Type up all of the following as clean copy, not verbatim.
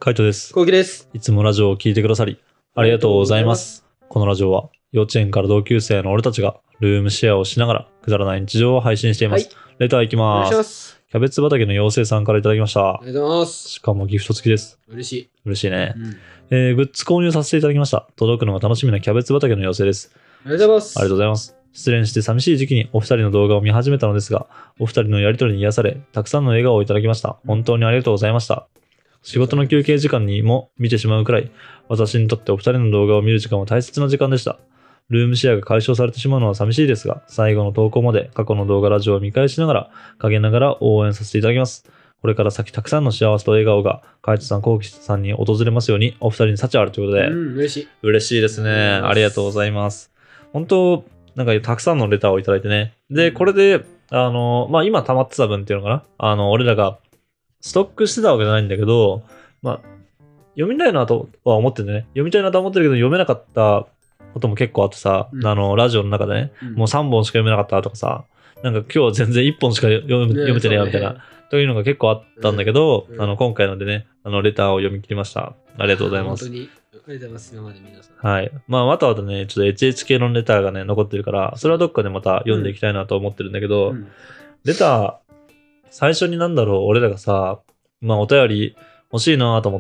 カイトです。 コウキです。 いつもラジオを聞いてくださり、ありがとうございます。このラジオは、幼稚園から同級生の俺たちが、ルームシェアをしながら、くだらない日常を配信しています。レターいきお願ます。 いします。 キャベツ畑の妖精さんからいただきました。 ありがとうございます。 しかもギフト付きです。 嬉しい。 嬉しいね。 うん、 グッズ購入させていただきました。届くのが楽しみなキャベツ畑の妖精です。 ありがとうございます。 ありがとうございます。失恋して寂しい時期にお二人の動画を見始めたのですが、お二人のやりとりに癒され、たくさんの笑顔をいただきました。本当にありがとうございました。仕事の休憩時間にも見てしまうくらい、私にとってお二人の動画を見る時間は大切な時間でした。ルームシェアが解消されてしまうのは寂しいですが、最後の投稿まで過去の動画ラジオを見返しながら、陰ながら応援させていただきます。これから先たくさんの幸せと笑顔が、カイトさん、コウキさんに訪れますように、お二人に幸あるということで、 嬉しい。 嬉しいですね。ありがとうございます。本当、なんかたくさんのレターをいただいてね。で、これで、今溜まってた分っていうのかな。俺らがストックしてたわけじゃないんだけど、読みたいなとは思ってんだね。読みたいなとは思ってるけど、読めなかったことも結構あってさ、ラジオの中でね、もう3本しか読めなかったとかさ、なんか今日は全然1本しか読めてねえよみたいな、というのが結構あったんだけど、今回のでね、レターを読み切りました。ありがとうございます。 本当にありがとうございます、今まで皆さん。 はい。またね、ちょっと HH 系のレターがね、残ってるから、それはどっかでまた読んでいきたいなと思ってるんだけど、レター、最初に俺らがさ、お便り欲しいなと思って、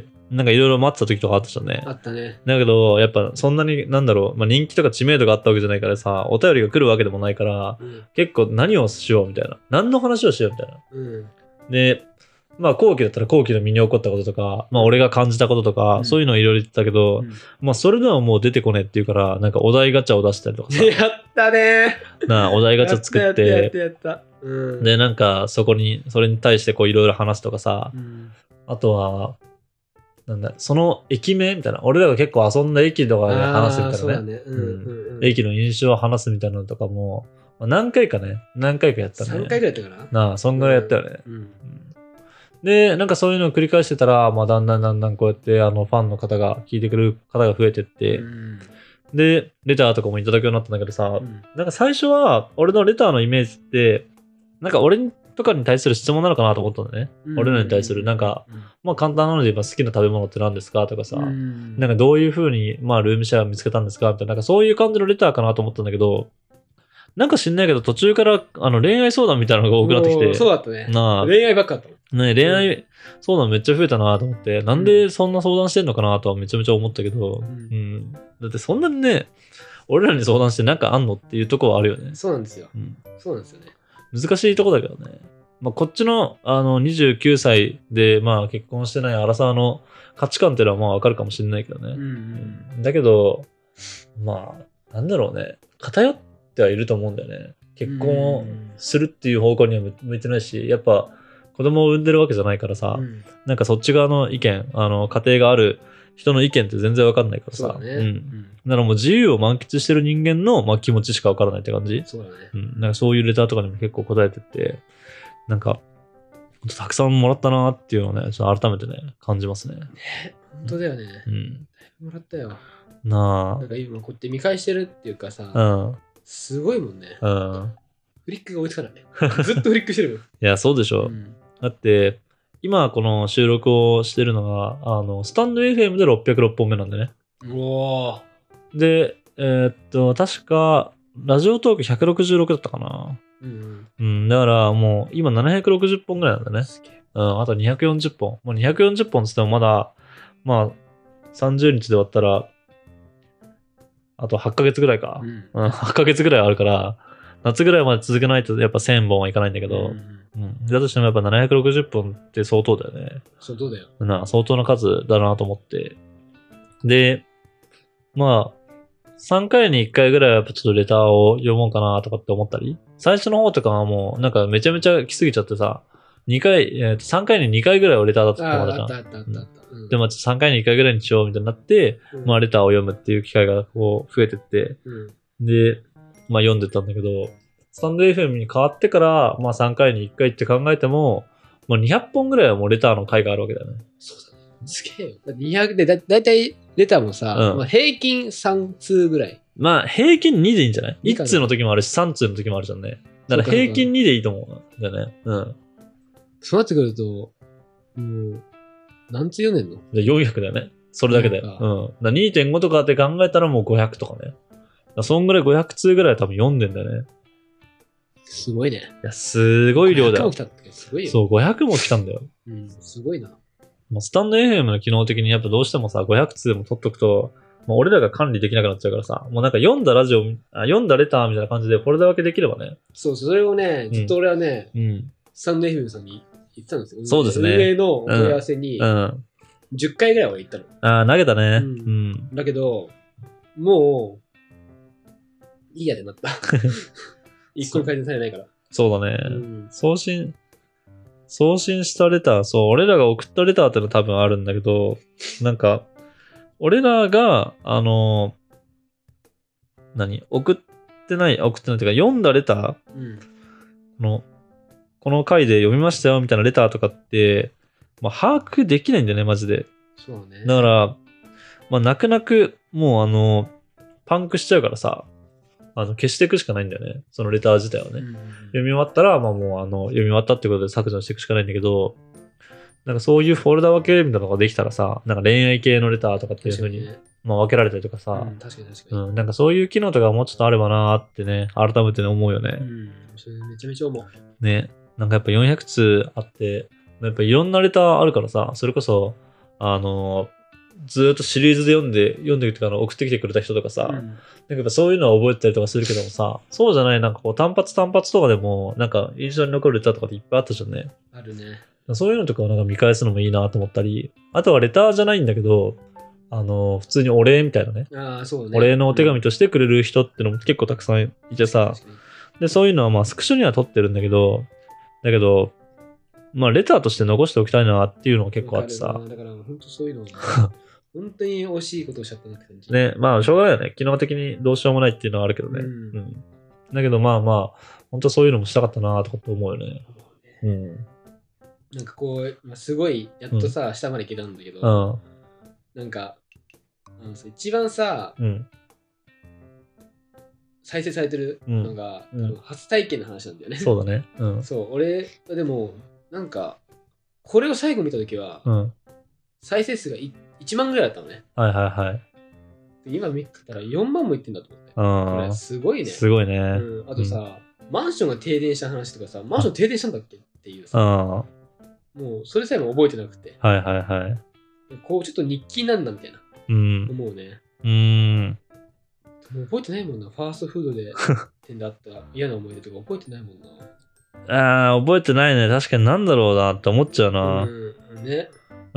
なんかいろいろ待ってた時とかあったじゃんね。 あったね。 だけど、やっぱそんなに人気とか知名度があったわけじゃないからさ、お便りが来るわけでもないから、結構何をしようみたいな。何の話をしようみたいな。で、後期だったら後期の身に起こったこととか、俺が感じたこととか、そういうのをいろいろ言ってたけど、それではもう出てこねえっていうから、なんかお題ガチャを出したりとかさ。 やったねお題ガチャ作って、 やった。 で、なんかそれに対してこういろいろ話すとかさ、あとは、その駅名みたいな。俺らが結構遊んだ駅とかで話すみたいなね。駅の印象を話すみたいなのとかも、何回かやったね。 3回ぐらいやったかな。 そんぐらいやったよね。で、なんかそういうのを繰り返してたら、だんだんこうやってファンの方が聞いてくれる方が増えてって、で、レターとかもいただくようになったんだけどさ、なんか最初は俺のレターのイメージって、なんか俺とかに対する質問なのかなと思ったんだね。俺らに対する、なんか、簡単なので言えば好きな食べ物って何ですかとかさ、なんかどういう風に、ルームシェア見つけたんですかみたいな、なんかそういう感じのレターかなと思ったんだけど、なんか知んないけど途中から恋愛相談みたいなのが多くなってきて。 そうだったね。恋愛ばっかだったね、恋愛相談めっちゃ増えたなと思って、なんでそんな相談してんのかなとはめちゃめちゃ思ったけど、だってそんなにね、俺らに相談してなんかあんのっていうところはあるよね。 そうなんですよ。そうなんですよね。 難しいとこだけどね。こっちの29歳で結婚してないアラサーの価値観っていうのはわかるかもしれないけどね。だけど、なんだろうね。偏ってはいると思うんだよね。結婚をするっていう方向には向いてないし、やっぱ子供を産んでるわけじゃないからさ、なんかそっち側の意見、家庭がある人の意見って全然わかんないからさ。だからもう自由を満喫してる人間の気持ちしかわからないって感じ。 そうだね。 なんかそういうレターとかにも結構答えてって、なんか、たくさんもらったなっていうのをね、ちょっと改めてね、感じますね。 本当だよね。もらったよ。 なんか今こうやって見返してるっていうかさ、すごいもんね。フリックが追いつかない。ずっとフリックしてるもん。いや、そうでしょ。だって、今この収録をしてるのが、スタンド FM で606本目なんでね。で、確か、ラジオトーク166だったかな。だからもう今760本ぐらいなんだね。あと240本。もう240本つってもまだ、30日で終わったら、あと8ヶ月ぐらいか。8ヶ月ぐらいあるから、夏ぐらいまで続けないとやっぱ1000本はいかないんだけど、だとしてもやっぱ760本って相当だよね。 相当だよ。 相当な数だなと思って。で、3回に1回ぐらいはやっぱちょっとレターを読もうかなとかって思ったり、最初の方とかはもうなんかめちゃめちゃ来すぎちゃってさ、3回に2回ぐらいはレターだったって思ったじゃん。で、3回に1回ぐらいにしようみたいになって、レターを読むっていう機会がこう増えてって、で、読んでたんだけど、スタンド FM に変わってから、3回に1回って考えても、200本ぐらいはもうレターの回があるわけだよね。 そうだね。すげえよ。200でだいたいレターもさ、平均3通ぐらい。 平均2でいいんじゃない？ 1 通の時もあるし、3通の時もあるじゃんね。だから平均2でいいと思うんだよね。 そうなってくると、もう、 何通読んでんの？ で400だよね。それだけで。うん。だ 2.5 とかって考えたらもう500とかね。そんぐらい500通ぐらい多分読んでんだよね。 すごいね。 いや、すごい量だよ。 500も来たってすごいよ。 そう、500も来たんだよ。 うん、すごいな。 もうスタンド FM の機能的にやっぱどうしてもさ、500通も取っとくと、もう俺らが管理できなくなっちゃうからさ、もうなんか読んだレターみたいな感じでフォルダ分けできればね。 そう、それをね、ずっと俺はね、スタンド FM さんに言ってたんですよ。 そうですね。 運営のお問い合わせに、10回ぐらいは言ったの。 ああ、投げたね。 だけど、もう、いいやってなった。一個も改善されないから。 そうだね。送信したレター、そう、俺らが送ったレターっての多分あるんだけど、なんか、俺らが、送ってないっていうか、読んだレター、この回で読みましたよみたいなレターとかって、まあ、把握できないんだよね、マジで。 そうね。 だから、まあ、泣く泣く、もうパンクしちゃうからさ、消していくしかないんだよね。そのレター自体はね。読み終わったら、まあもう読み終わったってことで削除していくしかないんだけど、なんかそういうフォルダ分けみたいなのができたらさ、なんか恋愛系のレターとかっていう風に、まあ分けられたりとかさ、 確かに。 なんかそういう機能とかもうちょっとあればなーってね、改めてね思うよね。 それめちゃめちゃ思う。 ね。なんかやっぱ400通あって、やっぱいろんなレターあるからさ、それこそ、ずーっとシリーズで読んできて送ってきてくれた人とかさ、なんかやっぱそういうのは覚えてたりとかするけどもさ、そうじゃない、なんかこう単発とかでも、なんか印象に残るレターとかっていっぱいあったじゃんね。 あるね。 そういうのとかをなんか見返すのもいいなと思ったり、あとはレターじゃないんだけど、普通にお礼みたいなね。 そうね。 お礼のお手紙としてくれる人ってのも結構たくさんいてさ、で、そういうのはまあスクショには撮ってるんだけど、まあレターとして残しておきたいなっていうのが結構あってさ。 だから本当そういうの本当に惜しいことをしちゃったなって感じ。 ね、まあしょうがないよね。機能的にどうしようもないっていうのはあるけどね。だけどまあまあ、本当そういうのもしたかったなとかって思うよね。 なんかこう、すごい、やっとさ、下まで行けたんだけど、なんか、一番さ、再生されてるのが、初体験の話なんだよね。 そうだね。 そう、俺、でも、なんか、これを最後見たときは、再生数が1万ぐらいだったのね。 はいはいはい。 今見たら4万もいってんだと思って。これすごいね。 すごいね。 あとさ、マンションが停電した話とかさ、マンション停電したんだっけっていうさ、もうそれさえも覚えてなくて。 はいはいはい。 こうちょっと日記なんだみたいな。思うね。もう覚えてないもんな。ファーストフードで点であった嫌な思い出とか覚えてないもんな。 覚えてないね。確かになんだろうなって思っちゃうな。 ね。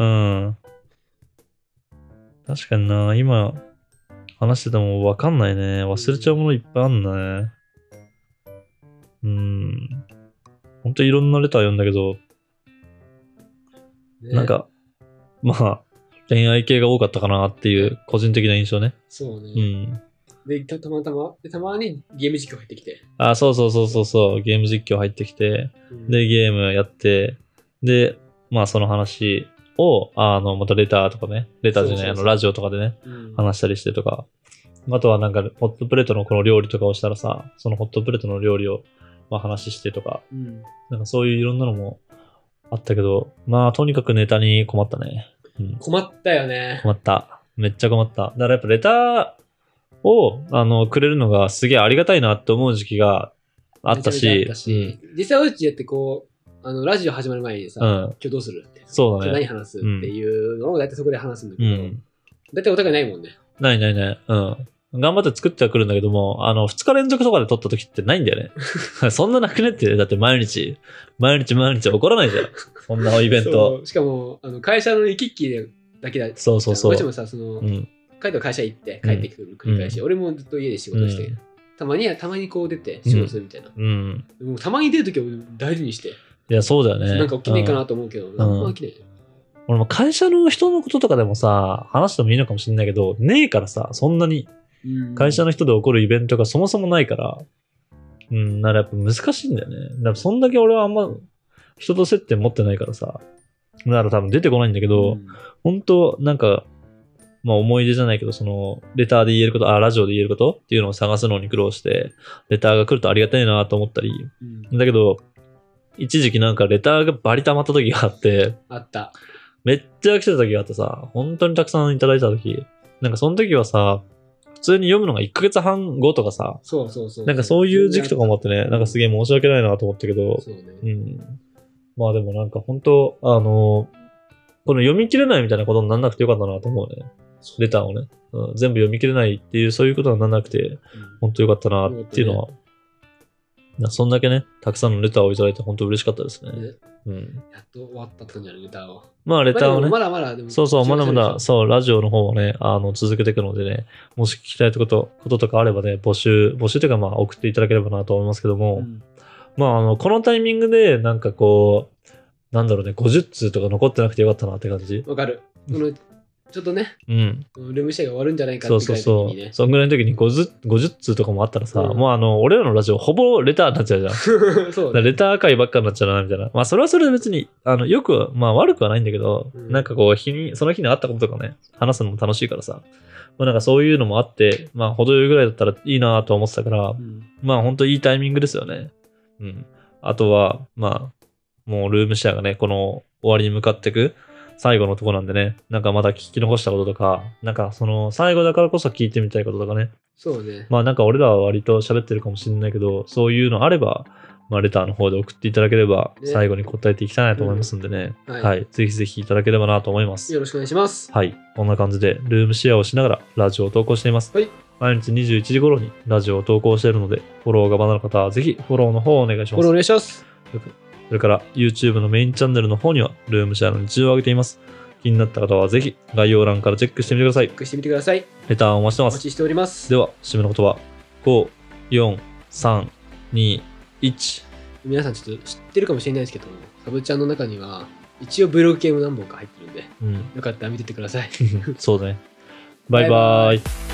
確かにな。今話しててもわかんないね。忘れちゃうものいっぱいあんね。ほんといろんなレター読んだけど、なんか、まあ、恋愛系が多かったかなっていう個人的な印象ね。 そうね。で、たまにゲーム実況入ってきて。 そう。ゲーム実況入ってきて、で、ゲームやって、で、まあその話を、またレターとかね、レターじゃない、ラジオとかでね、話したりしてとか、あとはなんか、ホットプレートのこの料理とかをしたらさ、そのホットプレートの料理を、まあ話してとか、なんかそういういろんなのもあったけど、まあとにかくネタに困ったね。 困ったよね。 困った。めっちゃ困った。だからやっぱレターを、くれるのがすげえありがたいなって思う時期があったし、 実際うちやってこう、ラジオ始まる前にさ、今日どうするって。 そうだね。 何話すっていうのを大体そこで話すんだけど、大体お互いないもんね。 ない。頑張って作ってはくるんだけども、2日連続とかで撮った時ってないんだよね。そんななくねって、だって毎日起こらないじゃん。そんなイベント。 しかも、会社の行き来だけだ。 そう。 どうしてもさ、帰って会社行って帰ってくる繰り返し、俺もずっと家で仕事して、たまにこう出て仕事するみたいな。もうたまに出るときは大事にして。 いや、そうだよね。 なんか起きないかなと思うけど、なんも起きない。 俺も会社の人のこととかでもさ、話してもいいのかもしれないけど、ねえからさ、そんなに。会社の人で起こるイベントがそもそもないから、ならやっぱ難しいんだよね。だからそんだけ俺はあんま人と接点持ってないからさ、だから多分出てこないんだけど、本当なんか、まあ思い出じゃないけど、その、レターで言えること、ラジオで言えることっていうのを探すのに苦労して、レターが来るとありがたいなと思ったり、だけど、一時期なんかレターがバリ溜まった時があって、 あった。 めっちゃ来てた時があってさ、本当にたくさんいただいた時、なんかその時はさ、普通に読むのが1ヶ月半後とかさ、なんかそういう時期とかもあってね、なんかすげえ申し訳ないなと思ったけど、 そうね。 うん。まあでもなんか本当、この読み切れないみたいなことにならなくてよかったなと思うね。レターをね、全部読み切れないっていう、そういうことにならなくて、本当よかったなっていうのは、そんだけね、たくさんのレターをいただいて本当嬉しかったですね。うん。 やっと終わったって感じだね、レターを。 まあレターをね、 まだまだでもそう、まだまだ、そう、ラジオの方をね、続けていくのでね、もし聞きたいこととかあればね、募集というかまあ送っていただければなと思いますけども、まあこのタイミングでなんかこう、なんだろうね、50通とか残ってなくてよかったなって感じ。 わかる。ちょっとね、 うん。 ルームシェアが終わるんじゃないかってぐらいの時にね。 そんぐらいの時に50通とかもあったらさ、もう俺らのラジオほぼレターになっちゃうじゃん。そうね。レター会ばっかになっちゃうな、みたいな。まあそれはそれで別に、よく、まあ悪くはないんだけど、なんかこう、その日にあったこととかね、話すのも楽しいからさ。まあなんかそういうのもあって、まあ程よいぐらいだったらいいなと思ってたから、まあ本当いいタイミングですよね。うん。あとは、まあ、もうルームシェアがね、この終わりに向かっていく最後のとこなんでね、なんかまだ聞き残したこととか、なんかその最後だからこそ聞いてみたいこととかね。 そうね。 まあなんか俺らは割と喋ってるかもしれないけど、そういうのあれば、まあレターの方で送っていただければ、最後に答えていきたいなと思いますんでね。はい。ぜひぜひいただければなと思います。 よろしくお願いします。 はい。こんな感じでルームシェアをしながらラジオを投稿しています。はい。毎日21時頃にラジオを投稿しているので、フォローがまだの方はぜひフォローの方をお願いします。 フォローお願いします。 それから YouTube のメインチャンネルの方にはルームシェアの日常を上げています。気になった方はぜひ概要欄からチェックしてみてください。 チェックしてみてください。 レターをお待ちしてます。 お待ちしております。 では、締めの言葉。5、4、3、2、1。 皆さんちょっと知ってるかもしれないですけど、サブチャンの中には一応ブログ系も何本か入ってるんで、よかったら見ててください。 そうだね。バイバーイ。